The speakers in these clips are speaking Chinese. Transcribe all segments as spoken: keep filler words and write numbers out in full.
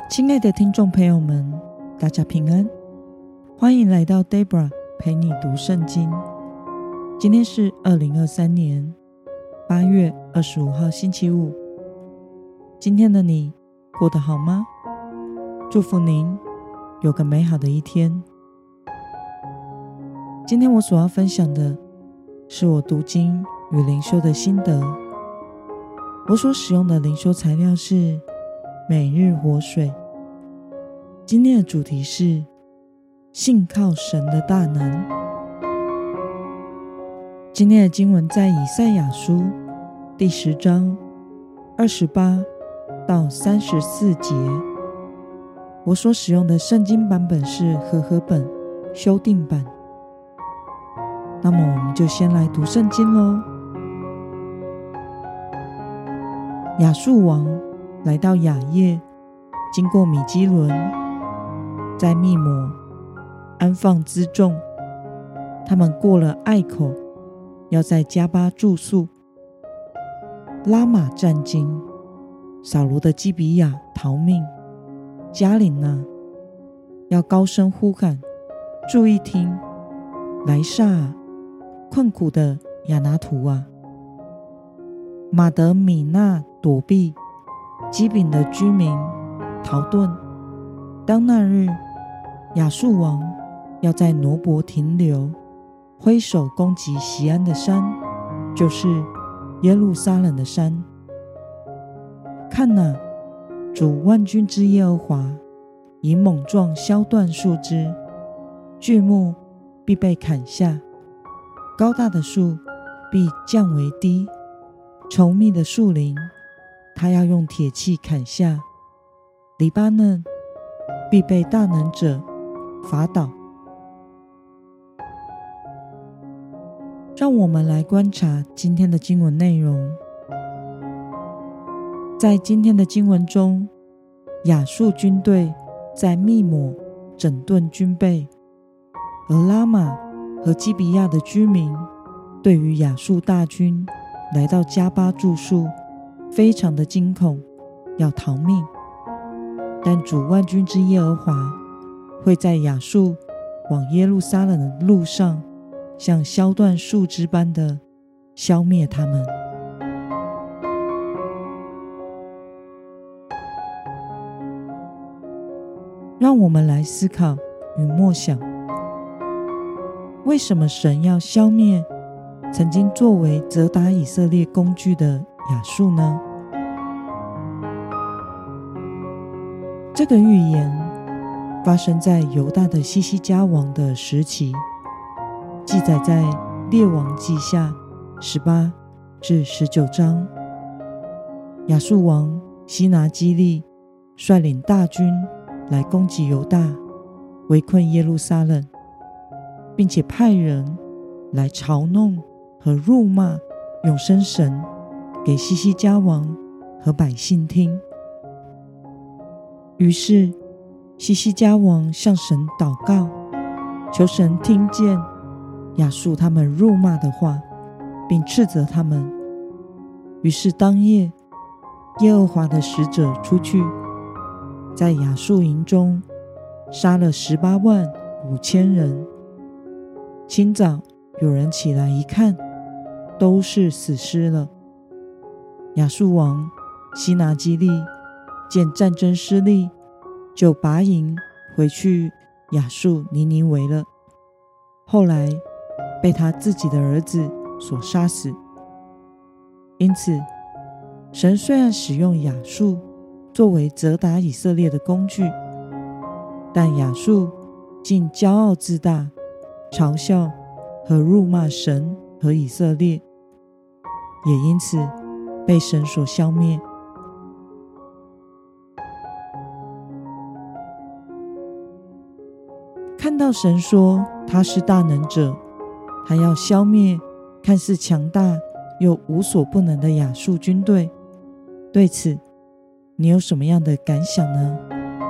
亲爱的听众朋友们，大家平安，欢迎来到 Debra 陪你读圣经。今天是二零二三年八月二十五号星期五。今天的你过得好吗？祝福您有个美好的一天。今天我所要分享的是我读经与灵修的心得。我所使用的灵修材料是每日活水。今天的主题是信靠神的大能。今天的经文在以赛亚书第十章二十八到三十四节。我所使用的圣经版本是和合本修订版。那么我们就先来读圣经咯。亚述王来到雅业，经过米基伦，在密抹安放辎重。他们过了隘口，要在迦巴住宿。拉玛战惊，扫罗的基比亚逃命。迦琳啊，要高声呼喊，注意听！莱煞啊，困苦的亚拿图啊，马德米纳躲避，基丙的居民逃遁。当那日，亚述王要在挪伯停留，挥手攻击锡安的山，就是耶路撒冷的山。看哪，主万军之耶和华以猛壮削断树枝，巨木必被砍下，高大的树必降为低，稠密的树林他要用铁器砍下，黎巴嫩必被大能者伐倒。让我们来观察今天的经文内容。在今天的经文中，亚述军队在密抹整顿军备，而拉玛和基比亚的居民对于亚述大军来到迦巴住宿非常的惊恐，要逃命。但主万军之耶和华会在亚述往耶路撒冷的路上，像削断树枝般的消灭他们。让我们来思考与默想，为什么神要消灭曾经作为责打以色列工具的亚述呢？这个预言发生在犹大的西西家王的时期，记载在列王记下十八至十九章。亚述王西拿基利率领大军来攻击犹大，围困耶路撒冷，并且派人来嘲弄和辱骂永生神给西西家王和百姓听。于是西西家王向神祷告，求神听见亚述他们辱骂的话，并斥责他们。于是当夜，耶和华的使者出去，在亚述营中杀了十八万五千人。清早有人起来一看，都是死尸了。亚述王西拿基利见战争失利，就拔营回去亚述尼尼微了。后来被他自己的儿子所杀死。因此，神虽然使用亚述作为责打以色列的工具，但亚述竟骄傲自大，嘲笑和辱骂神和以色列，也因此被神所消灭。看到神说他是大能者，他要消灭看似强大又无所不能的亚述军队，对此你有什么样的感想呢？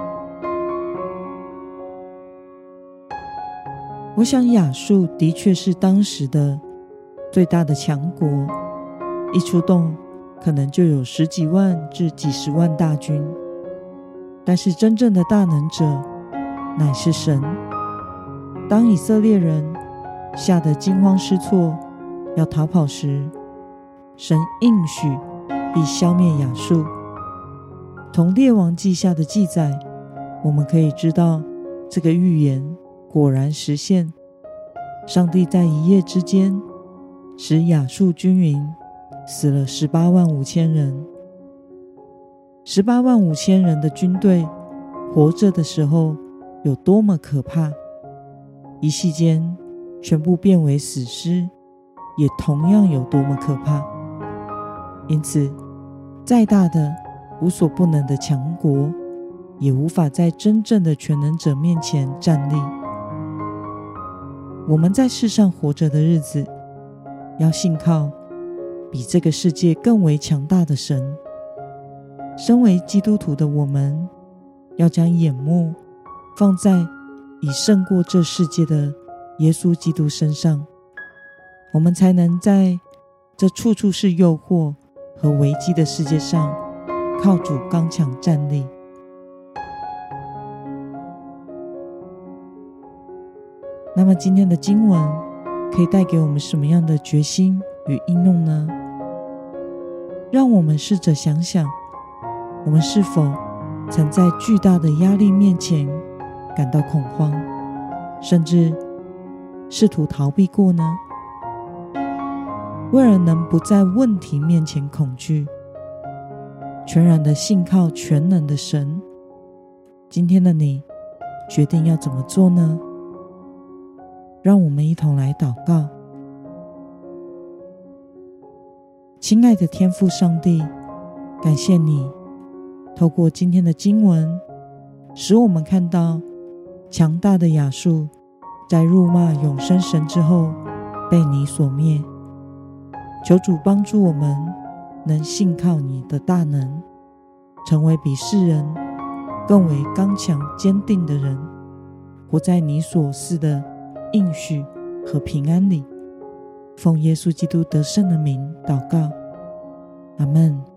我想亚述的确是当时的最大的强国，一出动可能就有十几万至几十万大军。 但是真正的大能者乃是神。当以色列人吓得惊慌失措，要逃跑时，神应许必消灭亚述。从列王记下的记载，我们可以知道这个预言果然实现。上帝在一夜之间使亚述军营死了十八万五千人。十八万五千人的军队活着的时候有多么可怕，一夕间全部变为死尸，也同样有多么可怕。因此，再大的无所不能的强国，也无法在真正的全能者面前站立。我们在世上活着的日子，要信靠比这个世界更为强大的神。身为基督徒的我们，要将眼目放在已胜过这世界的耶稣基督身上，我们才能在这处处是诱惑和危机的世界上靠主刚强站立。那么今天的经文可以带给我们什么样的决心与应用呢？让我们试着想想，我们是否曾在巨大的压力面前感到恐慌，甚至试图逃避过呢？为了能不在问题面前恐惧，全然的信靠全能的神，今天的你决定要怎么做呢？让我们一同来祷告。亲爱的天父上帝，感谢你透过今天的经文，使我们看到强大的亚述在辱骂永生神之后被你所灭。求主帮助我们能信靠你的大能，成为比世人更为刚强坚定的人，活在你所赐的应许和平安里。奉耶稣基督得胜的名祷告，阿们。